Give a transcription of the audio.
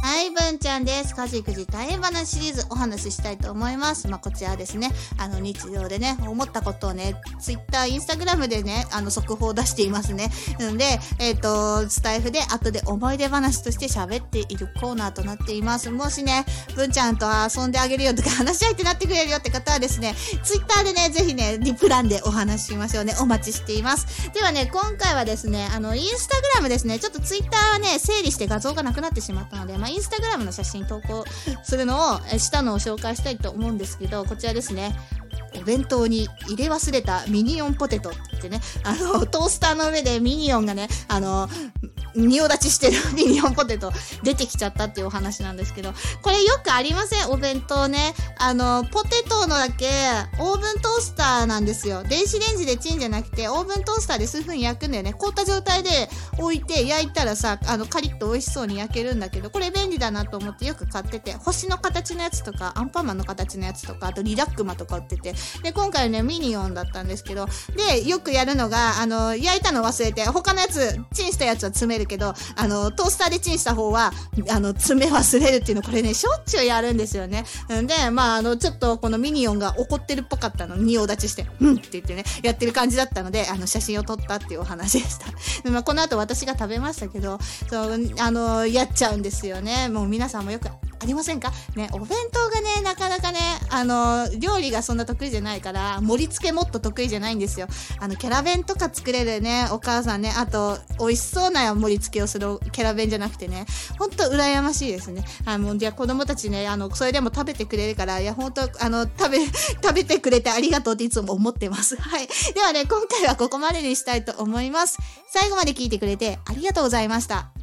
はい、文ちゃんです。家事育児大変話シリーズお話ししたいと思います。こちらですね、日常でね、思ったことをね、Twitter、Instagram でね、速報を出していますね。なので、スタイフで後で思い出話として喋っているコーナーとなっています。もしね、文ちゃんと遊んであげるよとか話し合いってなってくれるよって方はですね、Twitter でね、ぜひね、リプランでお話ししましょうね。お待ちしています。ではね、今回はですね、Instagram ですね、ちょっと Twitter はね、整理して画像がなくなってしまったので、インスタグラムの写真投稿するのをしたのを紹介したいと思うんですけど、こちらですね。お弁当に入れ忘れたミニオンポテトって言ってね、トースターの上でミニオンがね、仁王立ちしてるミニオンポテト出てきちゃったっていうお話なんですけど、これよくありません？お弁当ね。ポテトのだけオーブントースターなんですよ。電子レンジでチンじゃなくて、オーブントースターで数分焼くんだよね。凍った状態で置いて焼いたらさ、カリッと美味しそうに焼けるんだけど、これ便利だなと思ってよく買ってて、星の形のやつとか、アンパンマンの形のやつとか、あとリラックマとか売ってて、で、今回ね、ミニオンだったんですけど、で、よくやるのが、焼いたの忘れて、他のやつ、チンしたやつは詰めるけど、トースターでチンした方は、詰め忘れるっていうの、これね、しょっちゅうやるんですよね。で、ちょっとこのミニオンが怒ってるっぽかったの、仁王立ちして、うんって言ってね、やってる感じだったので、写真を撮ったっていうお話でした。で、この後私が食べましたけど、そう、やっちゃうんですよね。もう皆さんもよく、ありませんかね、お弁当がね、なかなかね、料理がそんな得意じゃないから、盛り付けもっと得意じゃないんですよ。キャラ弁とか作れるね、お母さんね、あと、美味しそうな盛り付けをするキャラ弁じゃなくてね、ほんと羨ましいですね。じゃあ子供たちね、それでも食べてくれるから、いや、ほんと、食べてくれてありがとうっていつも思ってます。はい。ではね、今回はここまでにしたいと思います。最後まで聞いてくれてありがとうございました。